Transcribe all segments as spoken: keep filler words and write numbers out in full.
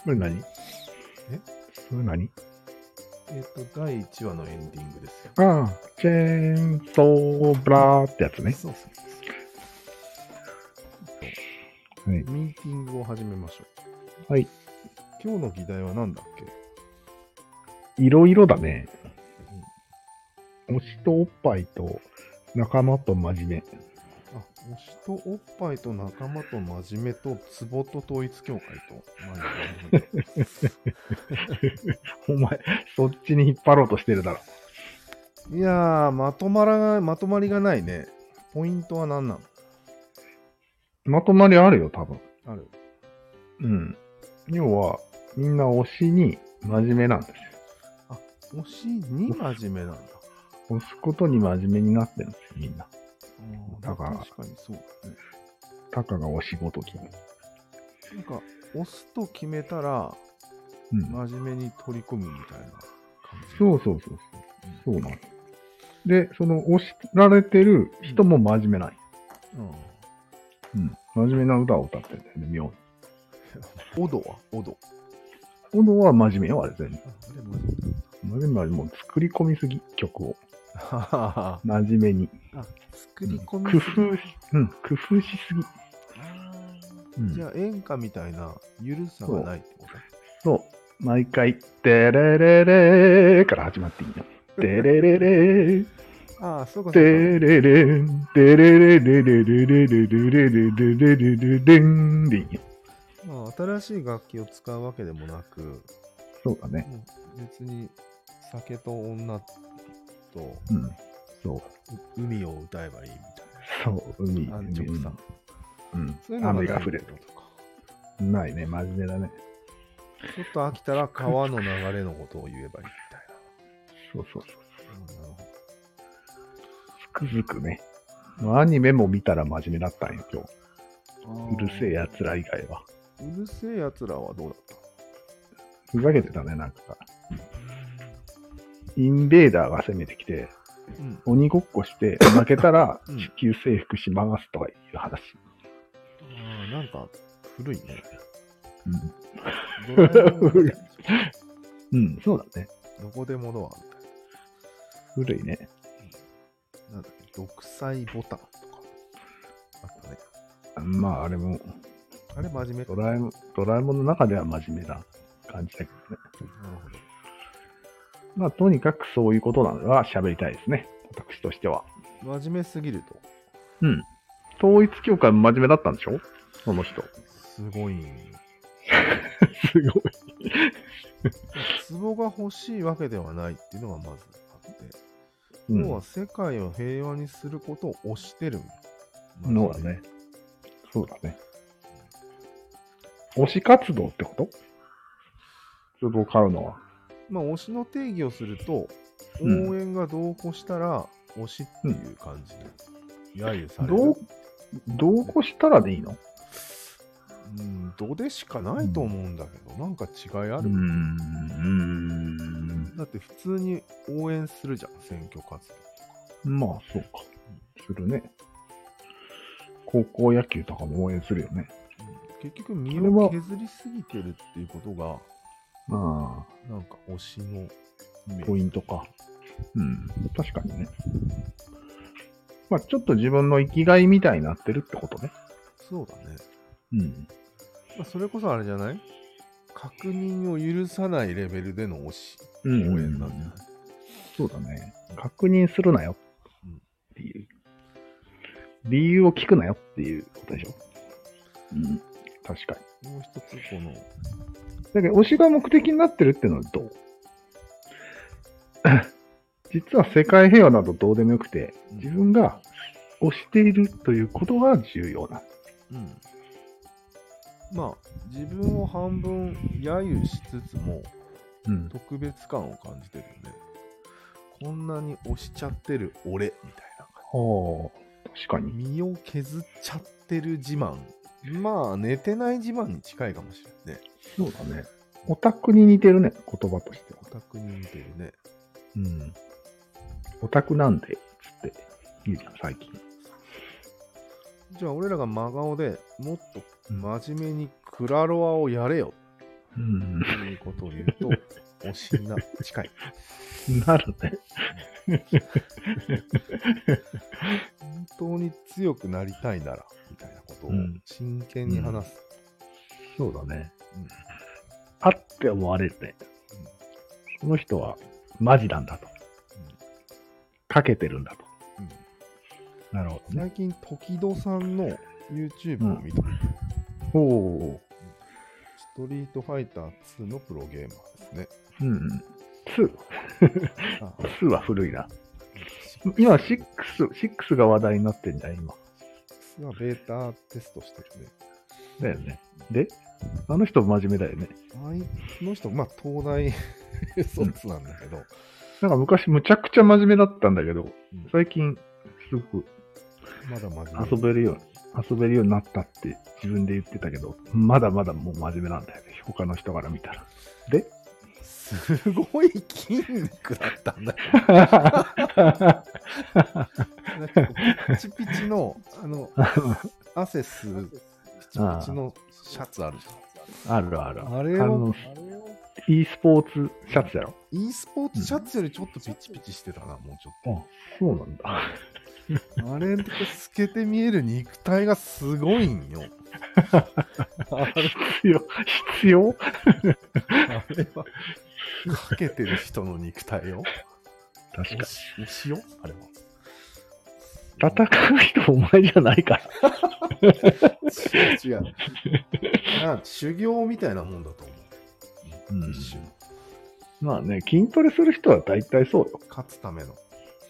これ何？ えそれ何？ えっ、と、だいいちわのエンディングですよ。 ああ、チェーンソーブラーってやつね。 そうそうそう。 はい。 ミーティングを始めましょう。 はい。 今日の議題は何だっけ？ いろいろだね。推しとおっぱいと仲間と真面目。 あ、推しとおっぱいと仲間と真面目とツボと統一教会と。まあなるほどお前、そっちに引っ張ろうとしてるだろ。 いやー、まとまらが、まとまりがないね。ポイントは何なの？ まとまりあるよ、多分。 ある。 うん。要は、みんな推しに真面目なんですよ。 あ、推しに真面目なんだ。 推すことに真面目になってるんですよ、みんな。 あーだから確かにそうだね。 たかが推しごときに。 なんか、押すと決めたら、 うん。 真面目に取り込むみたいな感じ。 そうそうそうそう。そうなんです。で、その推しられてる人も真面目ない。 うん。 うん。真面目な歌を歌ってるんだよね、妙に。 オドはオド。 オドは真面目よ、あれ全部。 あ、あれ真面目だ。 真面目はもう作り込みすぎ、曲を。 ははは真面目に。 あ、作り込み工すぎ。 夫し、うん、工夫しすぎ。 あーうんじゃあ演歌みたいなゆるさがないってこと？ そう。毎回、テレレレーから始まっていいの。テレレレー。 ああ、そうかそうか。 テレレン、テレレレレレレレレレレレレレレレンでいいよ。 まあ、新しい楽器を使うわけでもなく、 そうだね。 もう別に酒と女とうん。そう。 う海を歌えばいいみそう、海。 たいな。安直さ。 うん。 そういうのが雨が降れるないって。ことか。 ないね、真面目だね。 ちょっと飽きたら川の流れのことを言えばいいみたいそうそうそう。 な。うんなるほどつくづくね。アニメも見たら真面目だったんよ、今日。うるせえや奴ら以外は。 うるせえ奴らはどうだったふざけてたね、なんか。インベーダーが攻めてきて、 うん。 鬼ごっこして、負けたらうん地球征服しますとかいう話。 ああ、なんか古いね。 うん。 ドラえもんみたいなうん、そうだね。 どこでもドアみたい古いね。 な。なんだっけ、独裁ボタンとかあったね。 まあ、あれも、 あれ真面目。 ドラえもん、ドラえもんの中では真面目な感じだけどね。 なるほど。 まあ、とにかくそういうことなのは喋りたいですね。私としては。 真面目すぎると。 うん。統一教会も真面目だったんでしょその人。 すごい。 すごい。 壺が欲しいわけではないっていうのがまずあって、 うん要は世界を平和にすることを推してるのだね。そうだね。推し活動ってことツボを買うのは。 まあ推しの定義をすると、 うん応援が同行したら推しっていう感じで揶揄される。 どう、同行したらでいいのうん、どでしかないと思うんだけど、なんか違いある、 うーん。うーん。 だって普通に応援するじゃん、選挙活動。 まあ、そうか。するね。高校野球とかも応援するよね。 うん、結局身それはを削りすぎてるっていうことが、 まなんか推しのイメあ、 ージ。 ポイントか。うん。確かにね。まあ、ちょっと自分の生きがいみたいになってるってことね。 そうだね。 うん。 まあ、それこそあれじゃない？確認を許さないレベルでの推し、応うん援なんじゃない？ そうだね。確認するなよっていう。理由を聞くなよっていうことでしょ。うん。確かに。 もう一つ、この、 だけど、推しが目的になってるっていうのはどう実は世界平和などどうでもよくて、自分が推しているということが重要な。 うん。まあ、自分を半分揶揄しつつも、 うん。 特別感を感じてるよね。こんなに推しちゃってる俺、みたいな。 はあ、確かに。 身を削っちゃってる自慢。まあ、寝てない自慢に近いかもしれないね。 そうだね。オタクに似てるね、言葉としては。 オタクに似てるね。 うん。オタクなんで、つって言うじゃん、最近。 じゃあ、俺らが真顔でもっと真面目にクラロワをやれようん。 いうことを言うと、推しにな近い。 なるね。 本当に強くなりたいなら、みたいなことをうん真剣に話す。 そうだね。 うんあって思われるね。この人はマジなんだと。かけてるんだと。 うんうんなるほどね。 最近、時戸さんの YouTube を見た。 おお。 ストリートファイターツーのプロゲーマーですね。 うん。ツー。 あツーは古いな。今、シックス、シックスが話題になってんじゃん、今。 がベータテストしてるね。 だよね。で、あの人真面目だよね。 あいつの人、まあ、東大卒なんだけど、 なんか昔むちゃくちゃ真面目だったんだけど、 うん最近すごくまだ真面目。 遊べるように、遊べるようになったって自分で言ってたけど、まだまだもう真面目なんだよね。他の人から見たら。ですごい筋肉だったんだよ。なんかピチピチの、あの、汗吸うピチピチのシャツあるじあるある。 ゃん。あれをの、e スポーツシャツやろ。 e スポーツシャツよりちょっとピチピチしてたな、もうちょっあ、そうなんだ。 と。あれって透けて見える肉体がすごいんよ。あれ必要必要あれは、かけてる人の肉体よ。 確かに。 推し推しよあれは。 戦う人お前じゃないから。 違う違う。あ修行みたいなもんだと思う。 うん一種のまあね、筋トレする人は大体そうよ。 勝つための。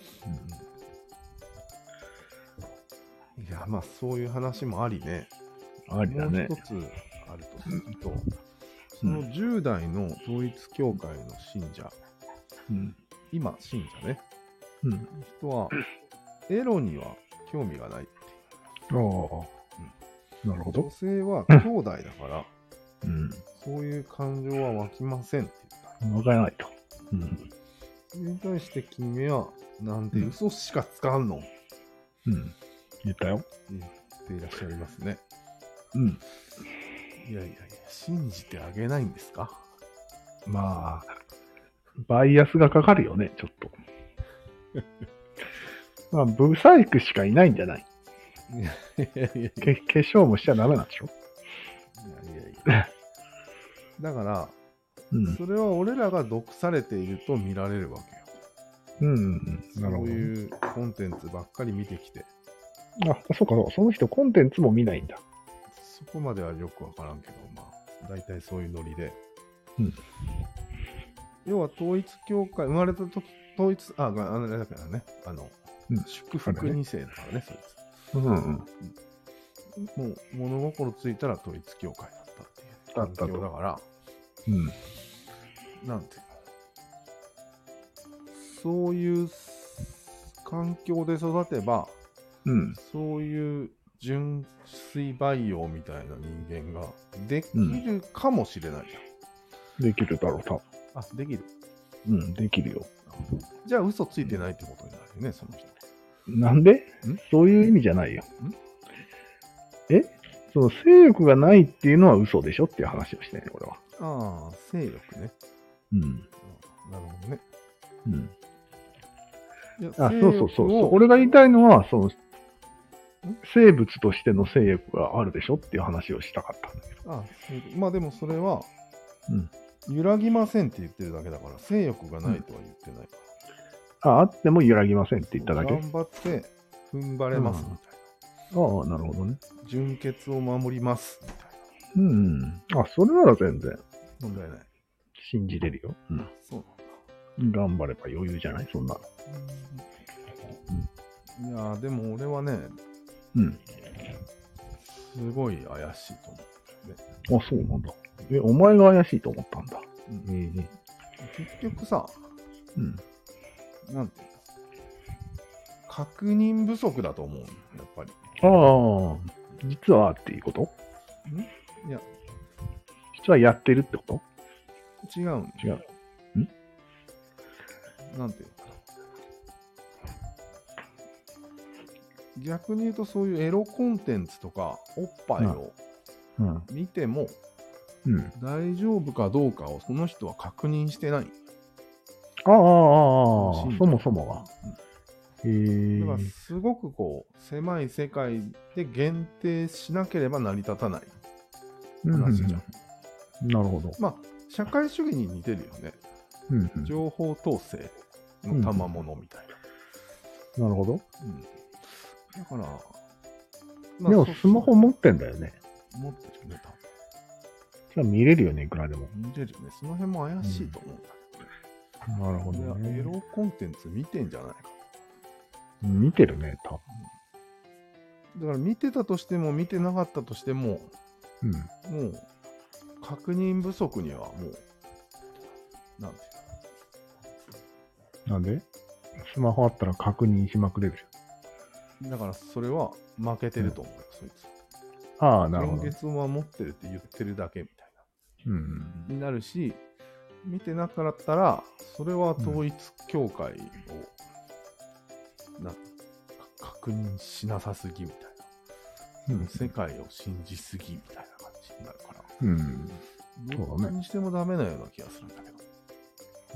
いや、まあそういう話もありね。 ありだねもう。一つあるとすると、そのじゅう代の統一教会の信者、 うん。 今信者ね、 うん。 人はエロには興味がないってああ、なるほいう。 ど女。性は兄弟だから、 うん。 そういう感情は湧きませんって言った。 わからないと。うん。 それに対して君は、なんで嘘しかつかんの、 うん。言ったよ。 言っていらっしゃいますね。 うん。 いやいやいや、信じてあげないんですか？ まあ、バイアスがかかるよね、ちょっと。まあ、ブサイクしかいないんじゃないいやいやいやいけ化粧もしちゃダメなんでしょ。 やいやいや。だから、 うん。 それは俺らが毒されていると見られるわけよ。 うんうん。なるほど。 そういうコンテンツばっかり見てきて、 あ、そうかそうか。その人コンテンツも見ないんだ。 そこまではよくわからんけど、まあ、大体そういうノリで。 うん要は統一教会、生まれた時、統一、あ、があのあれだからね、あの、 うん祝福に世だからね、そいつ。 うんうん。 もう物心ついたら統一教会だったっていう環だったと境だから、 うん。 なんていうの、そういう環境で育てば、 うん。 そういう純粋培養みたいな人間ができるかもしれないじできるだろう、多分。 ゃん。あ、できる。 うん、できるよ。 じゃあ嘘ついてないってことになるよね、その人。 なんでんそういう意味じゃないよん。 えその性欲がないっていうのは嘘でしょっていう話をしてね、俺は。 ああ、性欲ね。 うん。 うんなるほどね。 うん。 いやあ、 性そうそうそうそう。 欲を俺が言いたいのは、その、生物としての性欲があるでしょっていう話をしたかったんだけど。 あ性欲まあでもそれは、 うん揺らぎませんって言ってるだけだから、性欲がないとは言ってないかあ、あっても揺らぎませんってら。 言っただけ。 頑張って踏ん張れますみたいああ、なるほどね。 な。純潔を守りますみたいうんうん。あ、それなら全然な。問題ない。 信じれるよ。うん。 そうなんだ。 頑張れば余裕じゃないそんなの。 いやーでも俺はね、 うん。 すごい怪しいと思あ、そうなんだ。え、お前が怪しいと思ったんだ。 う、うんええ結局さ、 うん。 なんていうの、確認不足だと思うのやっぱり。 ああ、実はっていうこといや、 実はやってるってこと違うん違う。 なんていうのかな。逆に言うとそういうエロコンテンツとかおっぱいをうん。 見ても、 うん。 大丈夫かどうかをその人は確認してない。 ああ、ああ、ああ、 信者そもそもが。へえ。 だからすごくこう狭い世界で限定しなければ成り立たない話じゃん。 うん、なるほど。 まあ社会主義に似てるよね。 うんうん、 情報統制の賜物みたいな。なるほど。 な。うん、だから、まあ、 でもスマホ持ってんだよね。 持ってるね、多分。 じゃあ見れるよね、いくらでも。 見れるよね。その辺も怪しいと思うんだけどね。 なるほどね。 エロコンテンツ見てんじゃないか。 見てるね、多分。だから見てたとしても見てなかったとしても、 分。 うん、もう確認不足にはもう、なんていうの。なんでスマホあったら確認しまくれるじゃん。だからそれは負けてると思うよ、うん、そいつ。 ああ、なるほど。 現月は持ってるって言ってるだけみたいな。 うん。 になるし、見てなかったら、それは統一教会を、うん、な確認しなさすぎみたいな、うん。世界を信じすぎみたいな感じになるから。 うん。 どっちにしてもダメなような気がするんだけど。 うん。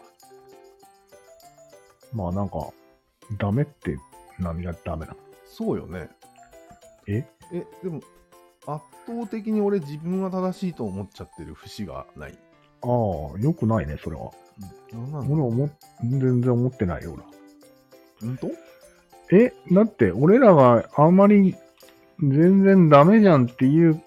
まあなんか、ダメって何がダメなの？ そうよね。 ええ、でも、圧倒的に俺自分は正しいと思っちゃってる節がない。 ああ、よくないね、それは。 うん、なんなん俺は思全然思ってないよ、俺は。 うんとえ、だって俺らがあんまり全然ダメじゃんっていう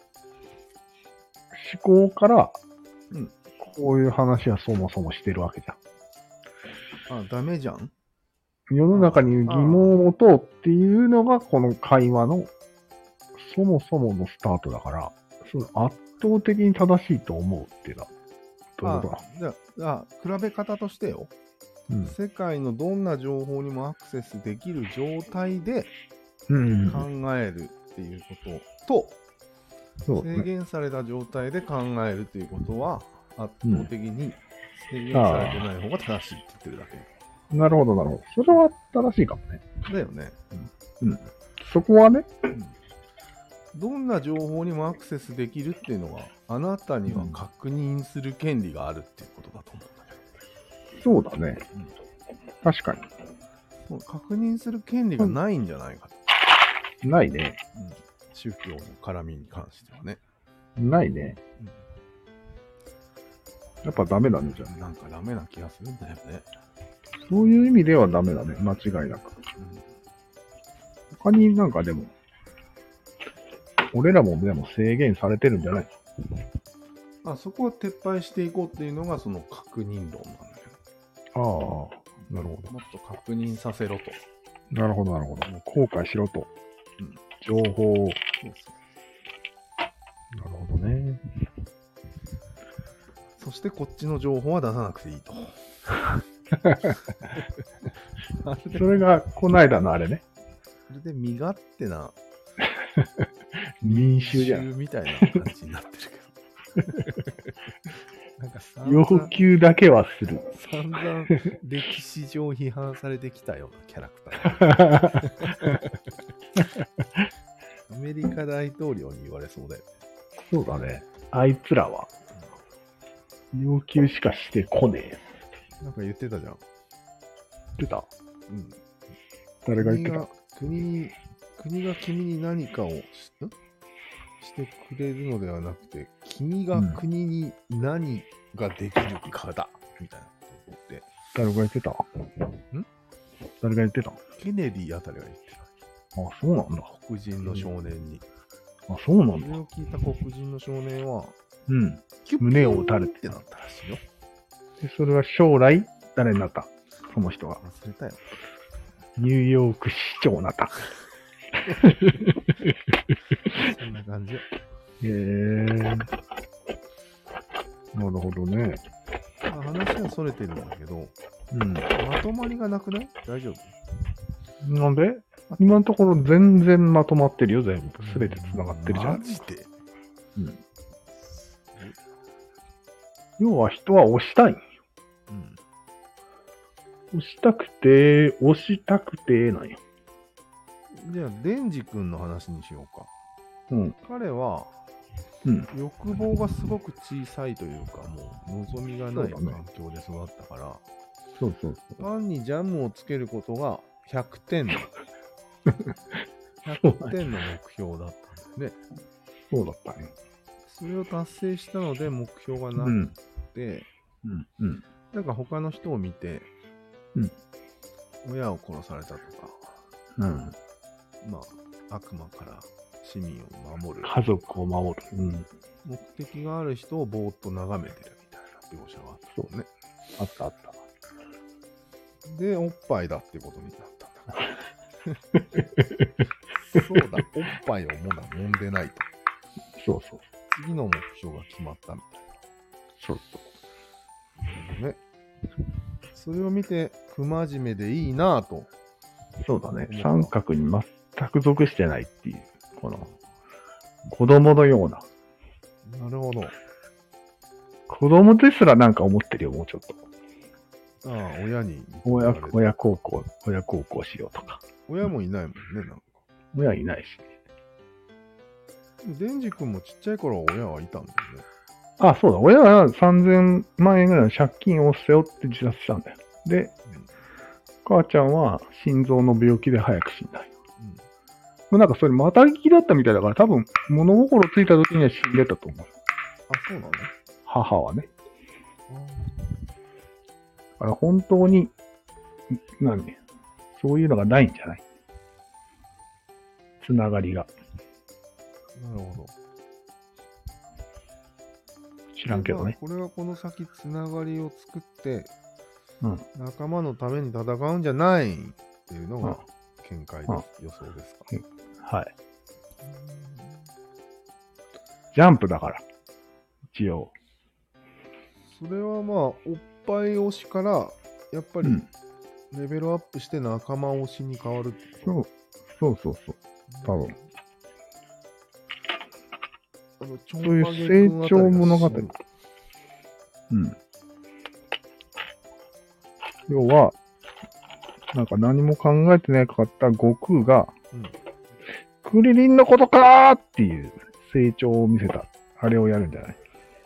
思考から、 うん、 こういう話はそもそもしてるわけじゃん。あ、ダメじゃん？ 世の中に疑問を持とうっていうのがこの会話のそもそものスタートだから、その圧倒的に正しいと思うっていうのはどういうことだ？ じゃあ、じゃあ比べ方としてよ、うん、世界のどんな情報にもアクセスできる状態で考えるっていうことと、うん、制限された状態で考えるっていうことは圧倒的に制限されてない方が正しいって言ってるだけ。 うん、なるほど、なるほど。それは正しいかもね。 だよね。 うん。うん、そこはね、 うんどんな情報にもアクセスできるっていうのは、あなたには確認する権利があるっていうことだと思うんだけど。そうだね。うん、確かに。 確認する権利がないんじゃないかと。 うん、ないね、 うん。宗教の絡みに関してはね。 ないね。うん、やっぱダメなんじゃん。 なんかダメな気がするんだよね。 そういう意味ではダメだね。間違いなく。うん、他になんかでも、俺らもでも制限されてるんじゃない？ あそこを撤廃していこうっていうのがその確認論なんだけど。ああ、なるほど。 もっと確認させろと。 なるほど、なるほど。後悔しろと。うん、情報を。そうそうなるほどね。 そしてこっちの情報は出さなくていいと。 それがこないだのあれね。 それで身勝手な民衆じゃん。 みたいな感じになってるけど。なんか要求だけはする。 散々歴史上批判されてきたようなキャラクター。アメリカ大統領に言われそうだよね。 そうだね。あいつらは要求しかしてこねえ。なんか言ってたじゃん。 言ってた？ うん。 誰が言ってた？ 国に国が君に何かをし、してくれるのではなくて、君が国に何ができるかだ、うん、みたいなことを言って。 誰が言ってた？ん？誰が言ってた？ ケネディあたりが言ってた。あ、そうなんだ。 黒人の少年に。 あ、そうなんだ。 それを聞いた黒人の少年は、 うん。胸を打たれてってなったらしいよ。 で、それは将来誰になった？その人は。 忘れたよ。 ニューヨーク市長になった。 そんな感じ。 へえー。なるほどね。 まあ、話はそれてるんだけど、 うん。 まとまりがなくない？大丈夫？ なんで？今のところ全然まとまってるよ、全部。すべて繋がってるじゃん。 マジで？ うん。要は人は押したいんよ。うん。押したくて、押したくてなんよ。 じゃあ、デンジ君の話にしようか。 うん。 彼は、 うん、欲望がすごく小さいというか、もう望みがない環境で育ったから、 そうそうそう。 パンにジャムをつけることがひゃくてんの、ひゃくてんの目標だったんだよね。 そうだったね。 それを達成したので目標がなくて、 うんうんうん、 なんか他の人を見て、うん、親を殺されたとか、うん、まあ悪魔から市民を守る、 家族を守る、うん、 目的がある人をぼーっと眺めてるみたいな描写があったもんね。 あったあった。 で、おっぱいだってことになったんだからそうだ、おっぱいをまだ揉んでないと。 そうそう。 次の目標が決まったみたいな。 そうそう。ね。それを見て、不真面目でいいなぁと。 そうだね。三角に全く属してないっていう、この、子供のような。 なるほど。 子供ですらなんか思ってるよ、もうちょっと。 ああ、親に。 親、親孝行、親孝行しようとか。 親もいないもんね、なんか。 親いないし。 デンジ君もちっちゃい頃は親はいたんだよね。 あ、そうだ。親はさんぜんまん円ぐらいの借金を背負って自殺したんだよ。で、うん、母ちゃんは心臓の病気で早く死んだよ。うん、なんかそれまた聞きだったみたいだから、多分物心ついた時には死んでたと思う。 あ、そうなの？ 母はね。だから本当に、何ね、そういうのがないんじゃない？つながりが。 なるほど。 知らんけどね。 これはこの先つながりを作って、 うん、 仲間のために戦うんじゃないっていうのが見解です、うん、予想ですか、 うん。はい。ジャンプだから、一応。 それはまあ、おっぱい推しから、やっぱりレベルアップして仲間推しに変わるってこと、そう、そうそうそう。多分。 あのそういう成長物語。うん。要は、なんか何も考えてなかった悟空が、うん、クリリンのことかーっていう成長を見せた。あれをやるんじゃない？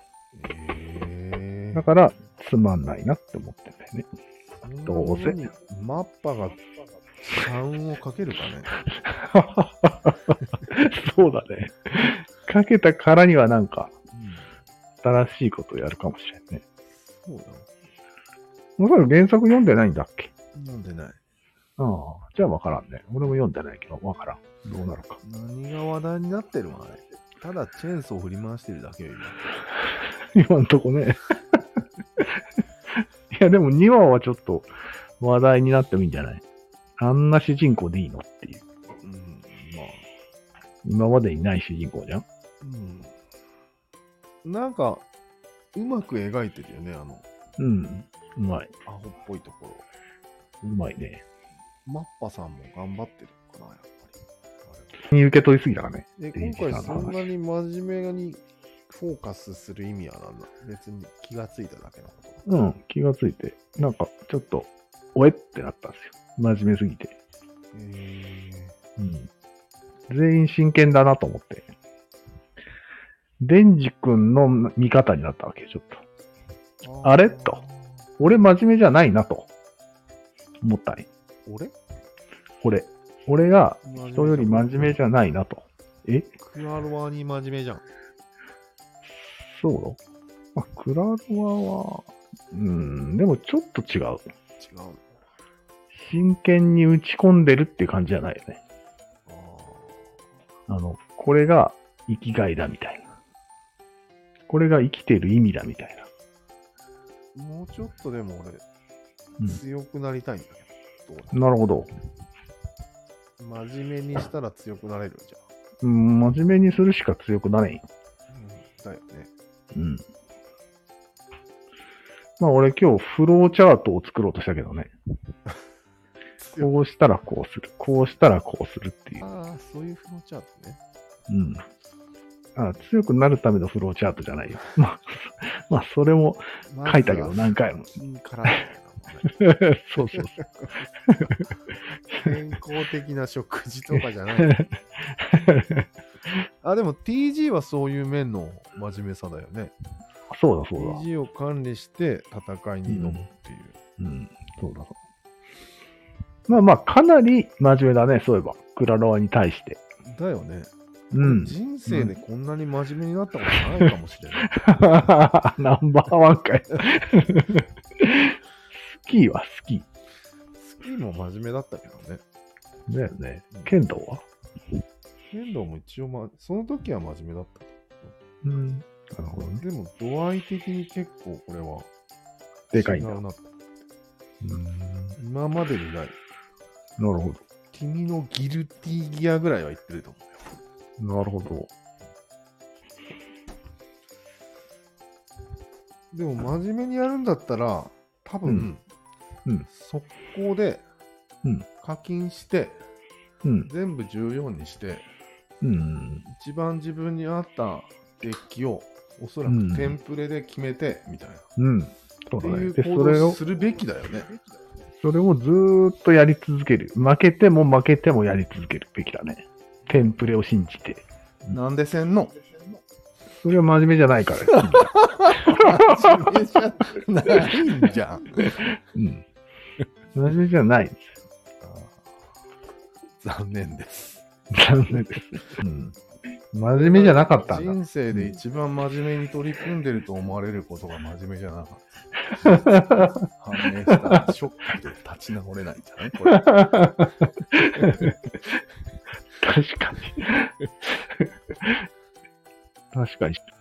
へー。 だから、つまんないなって思ってんだよね。どうせ。 マッパがさんをかけるかね。 そうだね。かけたからにはなんか、うん、新しいことをやるかもしれんね。 そうだ。 もうそれ原作読んでないんだっけ？ 読んでない。 ああ、じゃあわからんね。俺も読んでないけど、わからん。どうなるか。 何が話題になってるのあれ。ただチェーンソー振り回してるだけよ、 今。今んとこね。いや、でもにわはちょっと話題になってもいいんじゃない？あんな主人公でいいのっていう。うん、まあ。今までにない主人公じゃん？ うん。なんか、うまく描いてるよね、あの。 うん。うまい。 アホっぽいところ。 うまいね。 マッパさんも頑張ってるかな、やっぱり。に受け取りすぎたからね。 で、今回そんなに真面目にフォーカスする意味はなんだ？別に気がついただけのこと。 うん、気がついて。なんか、ちょっと、おえってなったんですよ。真面目すぎて。へー。うん。全員真剣だなと思って。デンジ君の味方になったわけ、ちょっと。あ, あれと。俺真面目じゃないなと。思ったね。 俺俺。俺が人より真面目じゃないなと。えクラロワに真面目じゃん。 そうまあ、クラロワは、うん、でもちょっと違う。違う。真剣に打ち込んでるっていう感じじゃないよね。あ, あの、これが生きがいだみたいな。これが生きてる意味だみたいな。もうちょっとでも俺、うん、強くなりたいんだけど。 なるほど。 真面目にしたら強くなれるじゃん。うん、真面目にするしか強くなれんよ。 うん、だよね。 うん。まあ俺今日フローチャートを作ろうとしたけどね。こうしたらこうする。こうしたらこうするっていう。 ああ、そういうフローチャートね。 うん。ああ強くなるためのフローチャートじゃないよ。まあ、まあそれも書いたけど何回も。 からそうそうそう。 健康的な食事とかじゃない。 あ、でも ティージー はそういう面の真面目さだよね。 そうだそうだ。 ティージー を管理して戦いに挑むっていう。 うん、うん、そうだ。まあまあ、かなり真面目だね、そういえば。クラロワに対して。 だよね。 うん。 人生でこんなに真面目になったことないかもしれない。 ナンバーワンかい。スキーはスキー。 スキーも真面目だったけどね。 だよね。剣道は剣道も一応、ま、その時は真面目だった。 うん。なるほどね。 でも、度合い的に結構これはでかいんだ。 違うな。 うん。 今までにない。 なるほど。 君のギルティギアぐらいは言ってると思うよ。 なるほど。 でも真面目にやるんだったら、多分、 うんうん、 速攻で課金して、 うん、 全部じゅうよんにして、 うん、 一番自分に合ったデッキをおそらくテンプレで決めて、みたいな。 うん。そうだね。 っていう行動をするべきだよね。 それをずーっとやり続ける。負けても負けてもやり続けるべきだね。テンプレを信じて。 なんでせんの？ それは真面目じゃないから。 真面目じゃないんじゃん。 うん。真面目じゃないんです。 残念です。 残念です。うん。真面目じゃなかったんだ。 人生で一番真面目に取り組んでると思われることが真面目じゃなかった。判明したらショックで立ち直れないんじゃないこれ。 確かに。確かに。